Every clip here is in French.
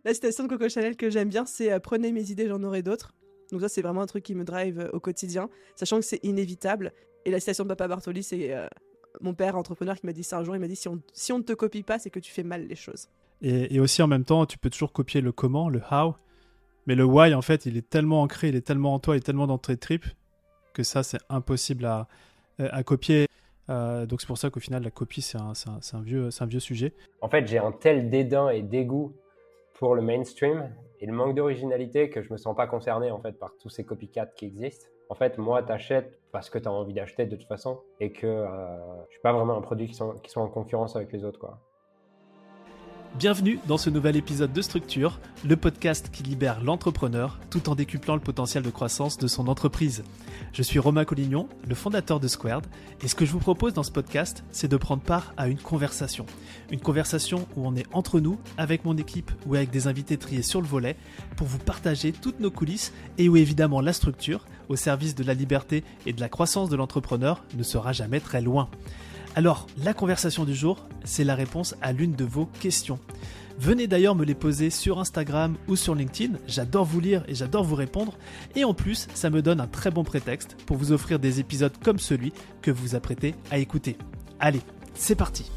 La citation de Coco Chanel que j'aime bien, c'est prenez mes idées, j'en aurai d'autres. Donc ça, c'est vraiment un truc qui me drive au quotidien, sachant que c'est inévitable. Et la citation de Papa Bartoli, c'est mon père entrepreneur qui m'a dit ça un jour. Il m'a dit si on ne te copie pas, c'est que tu fais mal les choses. Et aussi en même temps, tu peux toujours copier le comment, le how, mais le why, en fait, il est tellement ancré, il est tellement en toi, il est tellement dans tes tripes que ça, c'est impossible à copier. Donc c'est pour ça qu'au final, la copie, c'est un vieux sujet. En fait, j'ai un tel dédain et dégoût pour le mainstream et le manque d'originalité que je me sens pas concerné en fait par tous ces copycats qui existent. En fait, moi, t'achètes parce que t'as envie d'acheter de toute façon et que je suis pas vraiment un produit qui sont en concurrence avec les autres, quoi. Bienvenue dans ce nouvel épisode de Structure, le podcast qui libère l'entrepreneur tout en décuplant le potentiel de croissance de son entreprise. Je suis Romain Collignon, le fondateur de Squared, et ce que je vous propose dans ce podcast, c'est de prendre part à une conversation. Une conversation où on est entre nous, avec mon équipe ou avec des invités triés sur le volet, pour vous partager toutes nos coulisses et où évidemment la structure, au service de la liberté et de la croissance de l'entrepreneur, ne sera jamais très loin. Alors, la conversation du jour, c'est la réponse à l'une de vos questions. Venez d'ailleurs me les poser sur Instagram ou sur LinkedIn, j'adore vous lire et j'adore vous répondre. Et en plus, ça me donne un très bon prétexte pour vous offrir des épisodes comme celui que vous vous apprêtez à écouter. Allez, c'est parti.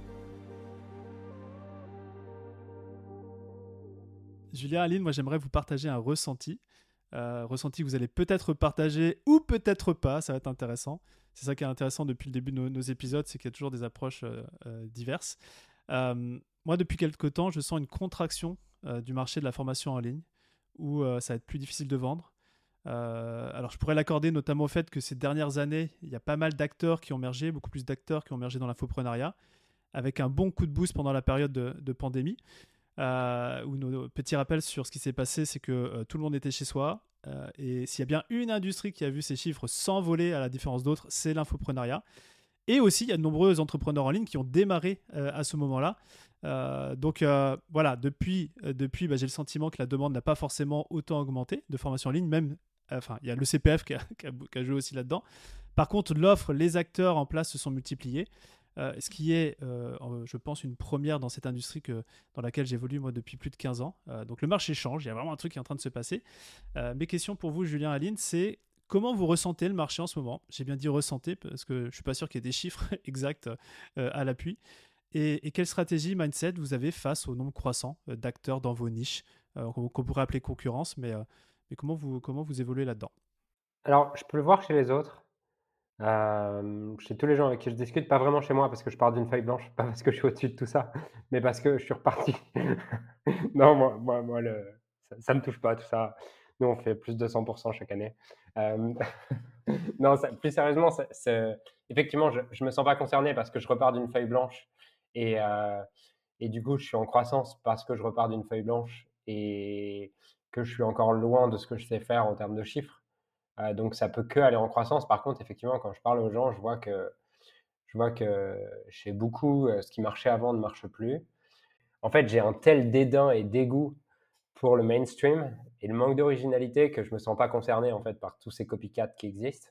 Julien, Aline, moi j'aimerais vous partager un ressenti. Ressenti que vous allez peut-être partager ou peut-être pas, ça va être intéressant. C'est ça qui est intéressant depuis le début de nos épisodes, c'est qu'il y a toujours des approches diverses. Moi, depuis quelques temps, je sens une contraction du marché de la formation en ligne, où ça va être plus difficile de vendre. Alors, je pourrais l'accorder notamment au fait que ces dernières années, il y a pas mal d'acteurs qui ont émergé, beaucoup plus d'acteurs qui ont émergé dans l'infoprenariat, avec un bon coup de boost pendant la période de pandémie. Où nos petits rappels sur ce qui s'est passé, c'est que tout le monde était chez soi. Et s'il y a bien une industrie qui a vu ses chiffres s'envoler à la différence d'autres, c'est l'infoprenariat. Et aussi, il y a de nombreux entrepreneurs en ligne qui ont démarré à ce moment-là. Donc voilà, depuis j'ai le sentiment que la demande n'a pas forcément autant augmenté de formation en ligne. Même, il y a le CPF qui a joué aussi là-dedans. Par contre, l'offre, les acteurs en place se sont multipliés. Ce qui est, je pense, une première dans cette industrie dans laquelle j'évolue moi depuis plus de 15 ans. Donc le marché change, il y a vraiment un truc qui est en train de se passer. Mes questions pour vous, Julien, Aline, c'est comment vous ressentez le marché en ce moment ? J'ai bien dit ressentez parce que je ne suis pas sûr qu'il y ait des chiffres exacts à l'appui. Et quelle stratégie, mindset vous avez face au nombre croissant d'acteurs dans vos niches qu'on pourrait appeler concurrence, mais comment vous évoluez là-dedans ? Alors, je peux le voir chez les autres. Chez tous les gens avec qui je discute, pas vraiment chez moi parce que je pars d'une feuille blanche, pas parce que je suis au-dessus de tout ça, mais parce que je suis reparti. Non, moi ça me touche pas tout ça. Nous, on fait plus de 100% chaque année. Non, plus sérieusement, effectivement, je me sens pas concerné parce que je repars d'une feuille blanche et, et du coup, je suis en croissance parce que je repars d'une feuille blanche et que je suis encore loin de ce que je sais faire en termes de chiffres. Donc ça peut que aller en croissance. Par contre, effectivement, quand je parle aux gens, je vois que chez beaucoup, ce qui marchait avant ne marche plus. En fait, j'ai un tel dédain et dégoût pour le mainstream et le manque d'originalité que je me sens pas concerné en fait par tous ces copycats qui existent.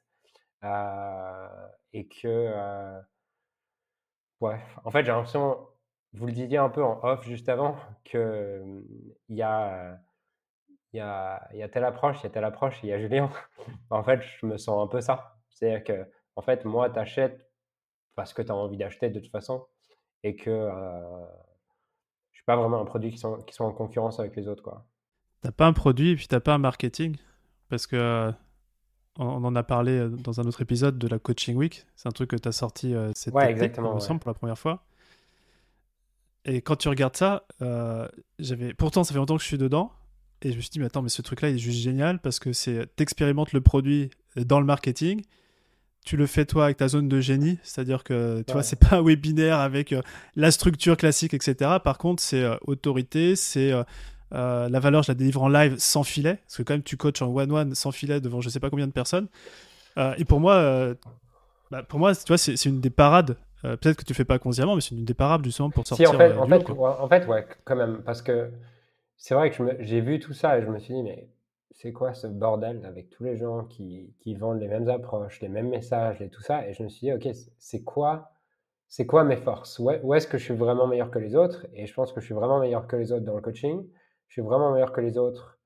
Et que ouais, en fait, j'ai l'impression, vous le disiez un peu en off juste avant, que il y a il y a telle approche, il y a telle approche, et il y a Julien. En fait, je me sens un peu ça. C'est-à-dire que, en fait, moi, t'achètes parce que tu as envie d'acheter de toute façon, et que je suis pas vraiment un produit qui sont en concurrence avec les autres, quoi. T'as pas un produit et puis t'as pas un marketing parce que on en a parlé dans un autre épisode de la Coaching Week. C'est un truc que tu as sorti cet Ouais, été, il exactement, me ouais. semble, pour la première fois. Et quand tu regardes ça, pourtant, ça fait longtemps que je suis dedans. Et je me suis dit, mais attends, mais ce truc-là, il est juste génial parce que t'expérimentes le produit dans le marketing. Tu le fais toi avec ta zone de génie. C'est-à-dire que, tu vois, Ouais. c'est pas un webinaire avec la structure classique, etc. Par contre, c'est autorité, c'est... la valeur, je la délivre en live sans filet, parce que quand même tu coaches en one-one sans filet devant je sais pas combien de personnes. Et pour moi, tu vois, c'est une des parades. Peut-être que tu fais pas consciemment, mais c'est une des parades justement pour Si, sortir du lot, quoi. ouais, quand même, parce que c'est vrai que j'ai vu tout ça et je me suis dit, mais c'est quoi ce bordel avec tous les gens qui vendent les mêmes approches, les mêmes messages, et tout ça. Et je me suis dit, ok, c'est quoi mes forces? Où est-ce que je suis vraiment meilleur que les autres? Et je pense que je suis vraiment meilleur que les autres dans le coaching. je suis vraiment meilleur que les autres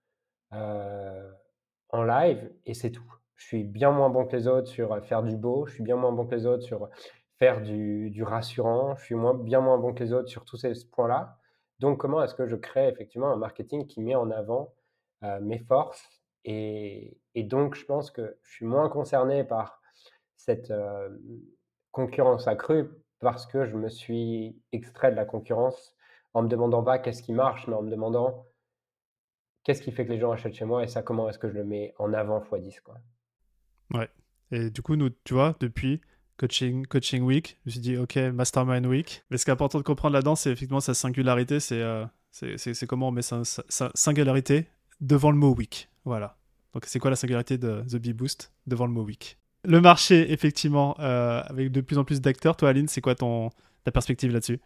en live et c'est tout. Je suis bien moins bon que les autres sur faire du beau, je suis bien moins bon que les autres sur faire du rassurant, je suis bien moins bon que les autres sur tous ces points-là. Donc, comment est-ce que je crée effectivement un marketing qui met en avant mes forces et donc, je pense que je suis moins concerné par cette concurrence accrue parce que je me suis extrait de la concurrence en me demandant pas qu'est-ce qui marche, mais en me demandant qu'est-ce qui fait que les gens achètent chez moi et ça, comment est-ce que je le mets en avant fois 10, quoi. Ouais. Et du coup, nous, tu vois, depuis Coaching Week, je me suis dit, OK, Mastermind Week. Mais ce qui est important de comprendre là-dedans, c'est effectivement sa singularité. C'est comment on met sa singularité devant le mot week. Voilà. Donc, c'est quoi la singularité de The Bee Boost devant le mot week? Le marché, effectivement, avec de plus en plus d'acteurs. Toi, Aline, c'est quoi ta perspective là-dessus?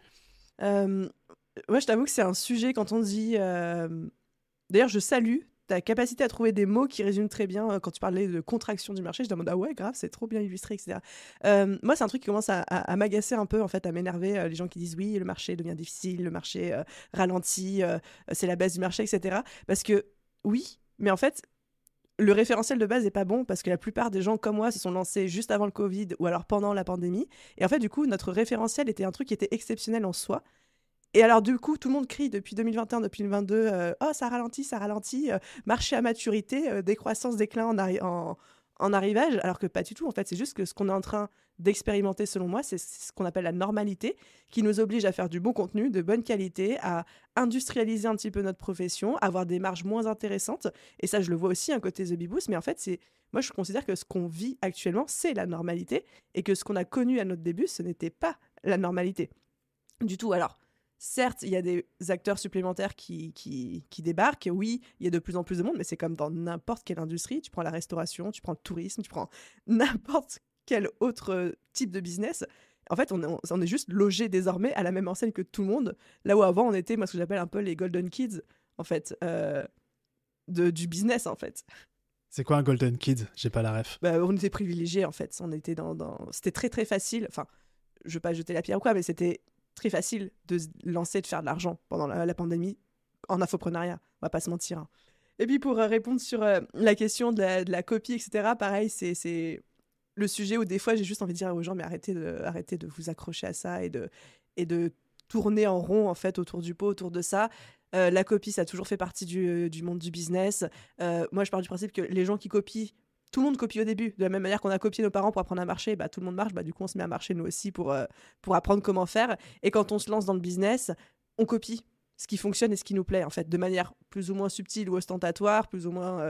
Ouais, je t'avoue que c'est un sujet quand on dit... D'ailleurs, je salue ta capacité à trouver des mots qui résument très bien quand tu parlais de contraction du marché. Je demande, ah ouais, grave, c'est trop bien illustré, etc. Moi, c'est un truc qui commence à m'agacer un peu, en fait, à m'énerver. Les gens qui disent, oui, le marché devient difficile, le marché ralentit, c'est la baisse du marché, etc. Parce que, oui, mais en fait, le référentiel de base n'est pas bon parce que la plupart des gens comme moi se sont lancés juste avant le Covid ou alors pendant la pandémie. Et en fait, du coup, notre référentiel était un truc qui était exceptionnel en soi. Et alors, du coup, tout le monde crie depuis 2021, 2022, oh, ça ralentit, marché à maturité, décroissance, déclin en arrivage, alors que pas du tout. En fait, c'est juste que ce qu'on est en train d'expérimenter, selon moi, c'est ce qu'on appelle la normalité, qui nous oblige à faire du bon contenu, de bonne qualité, à industrialiser un petit peu notre profession, à avoir des marges moins intéressantes. Et ça, je le vois aussi, un côté The Bee Boost, mais en fait, moi, je considère que ce qu'on vit actuellement, c'est la normalité, et que ce qu'on a connu à notre début, ce n'était pas la normalité du tout. Alors, certes, il y a des acteurs supplémentaires qui débarquent. Oui, il y a de plus en plus de monde, mais c'est comme dans n'importe quelle industrie. Tu prends la restauration, tu prends le tourisme, tu prends n'importe quel autre type de business. En fait, on est juste logé désormais à la même enseigne que tout le monde. Là où avant, on était, moi, ce que j'appelle un peu les golden kids, en fait, du business, en fait. C'est quoi un Golden Kid? J'ai pas la ref. Bah, on était privilégiés, en fait. On était C'était très, très facile. Enfin, je veux pas jeter la pierre ou quoi, mais c'était très facile de se lancer, de faire de l'argent pendant la pandémie en infoprenariat, on va pas se mentir. Hein. Et puis pour répondre sur la question de la copie, etc., pareil, c'est le sujet où des fois j'ai juste envie de dire aux gens, mais arrêtez de vous accrocher à ça et de tourner en rond en fait autour du pot, autour de ça. La copie, ça a toujours fait partie du monde du business. Moi, je pars du principe que les gens qui copient, tout le monde copie au début. De la même manière qu'on a copié nos parents pour apprendre à marcher, bah, tout le monde marche, bah, du coup on se met à marcher nous aussi pour apprendre comment faire. Et quand on se lance dans le business, on copie ce qui fonctionne et ce qui nous plaît, en fait, de manière plus ou moins subtile ou ostentatoire, plus ou moins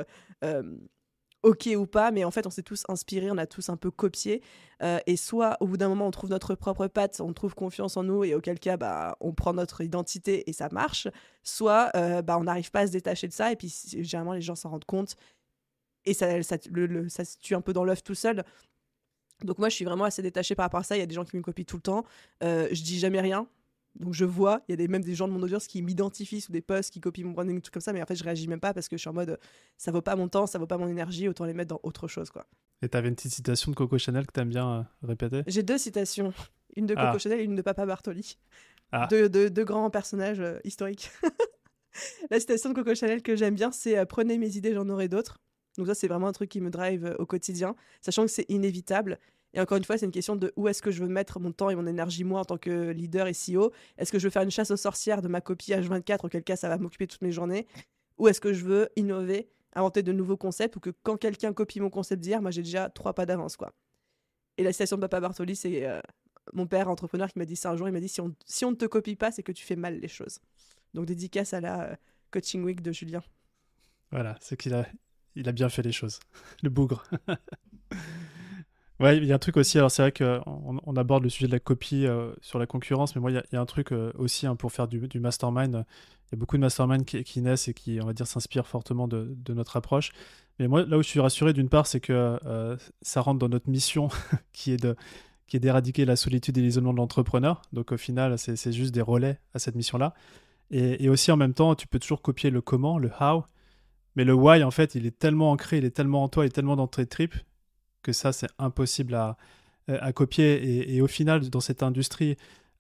ok ou pas, mais en fait on s'est tous inspirés, on a tous un peu copié. Et soit au bout d'un moment on trouve notre propre patte, on trouve confiance en nous et auquel cas bah, on prend notre identité et ça marche, soit bah, on n'arrive pas à se détacher de ça et puis généralement les gens s'en rendent compte et ça se tue un peu dans l'œuf tout seul. Donc moi, je suis vraiment assez détachée par rapport à ça. Il y a des gens qui me copient tout le temps. Je dis jamais rien. Donc je vois, il y a même des gens de mon audience qui m'identifient sous des posts, qui copient mon branding, tout comme ça. Mais en fait, je réagis même pas parce que je suis en mode, ça vaut pas mon temps, ça vaut pas mon énergie, autant les mettre dans autre chose, quoi. Et t'avais une petite citation de Coco Chanel que t'aimes bien répéter? J'ai 2 citations. Une de Coco Chanel et une de Papa Bartoli. Ah. Deux grands personnages historiques. La citation de Coco Chanel que j'aime bien, c'est « Prenez mes idées, j'en aurai d'autres ». Donc ça, c'est vraiment un truc qui me drive au quotidien, sachant que c'est inévitable. Et encore une fois, c'est une question de où est-ce que je veux mettre mon temps et mon énergie, moi, en tant que leader et CEO. Est-ce que je veux faire une chasse aux sorcières de ma copie H24, auquel cas ça va m'occuper toutes mes journées? Ou est-ce que je veux innover, inventer de nouveaux concepts, ou que quand quelqu'un copie mon concept d'hier, moi, j'ai déjà 3 pas d'avance, quoi. Et la citation de Papa Bartoli, c'est mon père, entrepreneur, qui m'a dit ça un jour. Il m'a dit, si on ne te copie pas, c'est que tu fais mal les choses. Donc dédicace à la Coaching Week de Julien. Voilà, c'est qu'il a bien fait les choses. Le bougre. Ouais, il y a un truc aussi, alors c'est vrai qu'on aborde le sujet de la copie sur la concurrence, mais moi, il y a un truc aussi pour faire du mastermind. Il y a beaucoup de mastermind qui naissent et qui, on va dire, s'inspirent fortement de notre approche. Mais moi, là où je suis rassuré, d'une part, c'est que ça rentre dans notre mission qui est d'éradiquer la solitude et l'isolement de l'entrepreneur. Donc au final, c'est juste des relais à cette mission-là. Et aussi, en même temps, tu peux toujours copier le comment, le how, mais le why, en fait, il est tellement ancré, il est tellement en toi, il est tellement dans tes tripes que ça, c'est impossible à copier. Et au final, dans cette industrie,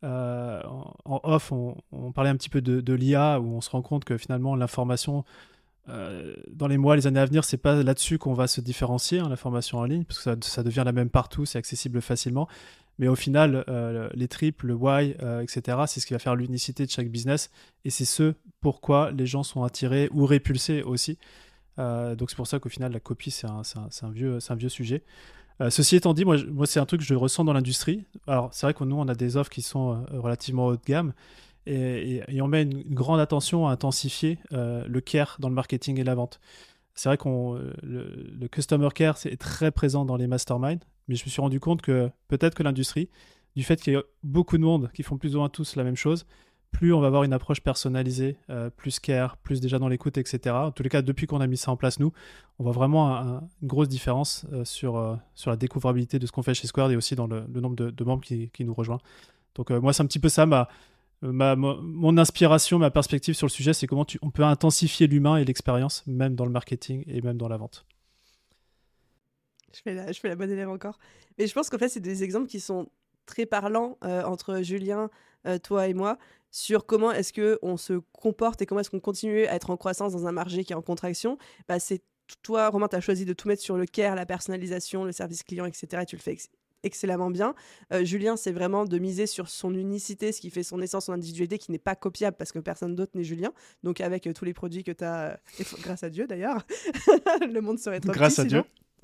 en off, on parlait un petit peu de l'IA, où on se rend compte que finalement l'information dans les mois, les années à venir, c'est pas là-dessus qu'on va se différencier, hein, l'information en ligne, parce que ça devient la même partout, c'est accessible facilement. Mais au final, les triples, le why, etc., c'est ce qui va faire l'unicité de chaque business. Et c'est ce pourquoi les gens sont attirés ou répulsés aussi. Donc c'est pour ça qu'au final, la copie, c'est un vieux sujet. Ceci étant dit, moi, c'est un truc que je ressens dans l'industrie. Alors, c'est vrai que nous, on a des offres qui sont relativement haut de gamme. Et on met une grande attention à intensifier le care dans le marketing et la vente. C'est vrai que le customer care est très présent dans les masterminds, mais je me suis rendu compte que peut-être que l'industrie, du fait qu'il y a beaucoup de monde qui font plus ou moins tous la même chose, plus on va avoir une approche personnalisée, plus care, plus déjà dans l'écoute, etc. En tous les cas, depuis qu'on a mis ça en place, nous, on voit vraiment une grosse différence sur la découvrabilité de ce qu'on fait chez Squared et aussi dans le nombre de membres qui nous rejoignent. Donc moi, c'est un petit peu ça mon inspiration, ma perspective sur le sujet, c'est comment on peut intensifier l'humain et l'expérience, même dans le marketing et même dans la vente. Je fais la bonne élève encore. Mais je pense qu'en fait, c'est des exemples qui sont très parlants entre Julien, toi et moi, sur comment est-ce qu'on se comporte et comment est-ce qu'on continue à être en croissance dans un marché qui est en contraction. C'est toi, Romain, tu as choisi de tout mettre sur le care, la personnalisation, le service client, etc. Et tu le fais excellemment bien. Julien, c'est vraiment de miser sur son unicité, ce qui fait son essence, son individualité, qui n'est pas copiable parce que personne d'autre n'est Julien. Donc avec tous les produits que tu as, grâce à Dieu d'ailleurs, le monde serait trop grâce petit, à Dieu.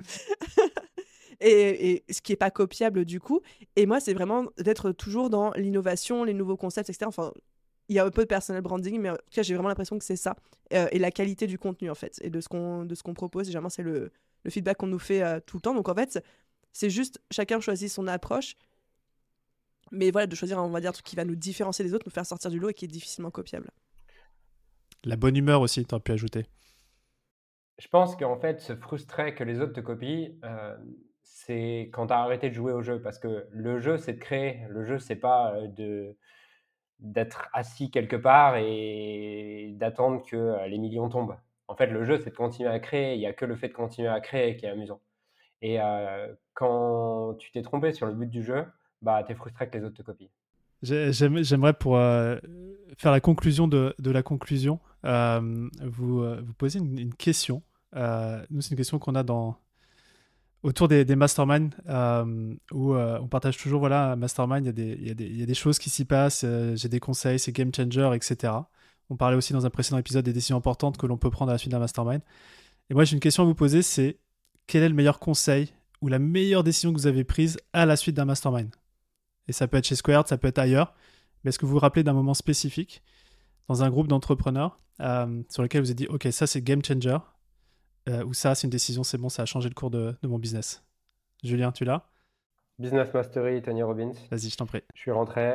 et ce qui n'est pas copiable du coup. Et moi, c'est vraiment d'être toujours dans l'innovation, les nouveaux concepts, etc. Enfin, il y a un peu de personal branding, mais en tout cas, j'ai vraiment l'impression que c'est ça. Et la qualité du contenu, en fait, et de ce qu'on propose. Et généralement, c'est le feedback qu'on nous fait tout le temps. Donc, en fait, c'est juste, chacun choisit son approche. Mais voilà, de choisir, on va dire, un truc qui va nous différencier des autres, nous faire sortir du lot et qui est difficilement copiable. La bonne humeur aussi, tu aurais pu ajouter. Je pense qu'en fait, se frustrer que les autres te copient, c'est quand tu as arrêté de jouer au jeu. Parce que le jeu, c'est de créer. Le jeu, c'est pas d'être assis quelque part et d'attendre que les millions tombent. En fait, le jeu, c'est de continuer à créer. Il n'y a que le fait de continuer à créer qui est amusant. Et quand tu t'es trompé sur le but du jeu, tu es frustré que les autres te copient. J'aimerais pour faire la conclusion de la conclusion, vous poser une question. Nous, c'est une question qu'on a autour des masterminds où on partage toujours, voilà, mastermind, il y a des choses qui s'y passent, j'ai des conseils, c'est game changer, etc. On parlait aussi dans un précédent épisode des décisions importantes que l'on peut prendre à la suite d'un mastermind. Et moi, j'ai une question à vous poser, c'est quel est le meilleur conseil ou la meilleure décision que vous avez prise à la suite d'un mastermind? Et ça peut être chez Squared, ça peut être ailleurs. Mais est-ce que vous vous rappelez d'un moment spécifique dans un groupe d'entrepreneurs sur lequel vous avez dit « Ok, ça c'est game changer » ou ça c'est une décision, c'est bon, ça a changé le cours de mon business. Julien, tu l'as? Business Mastery, Tony Robbins. Vas-y, je t'en prie. Je suis rentré,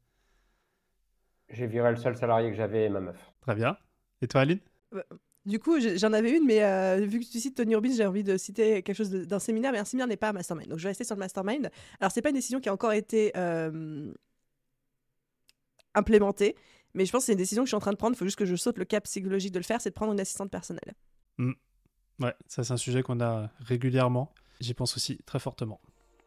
j'ai viré le seul salarié que j'avais et ma meuf. Très bien. Et toi, Aline? Du coup, j'en avais une, mais vu que tu cites Tony Robbins, j'ai envie de citer quelque chose d'un séminaire, mais un séminaire n'est pas un mastermind. Donc, je vais rester sur le mastermind. Alors, c'est pas une décision qui a encore été implémentée, mais je pense que c'est une décision que je suis en train de prendre. Il faut juste que je saute le cap psychologique de le faire, c'est de prendre une assistante personnelle. Ouais, ça c'est un sujet qu'on a régulièrement. J'y pense aussi très fortement.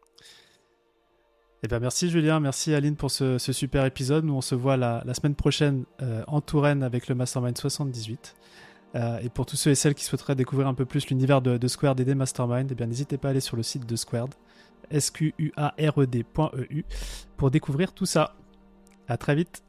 Eh bien, merci Julien, merci Aline pour ce super épisode. Nous, on se voit la semaine prochaine en Touraine avec le Mastermind 78. Et pour tous ceux et celles qui souhaiteraient découvrir un peu plus l'univers de Squared et des Mastermind, eh bien, n'hésitez pas à aller sur le site de Squared, squared.eu, pour découvrir tout ça. À très vite.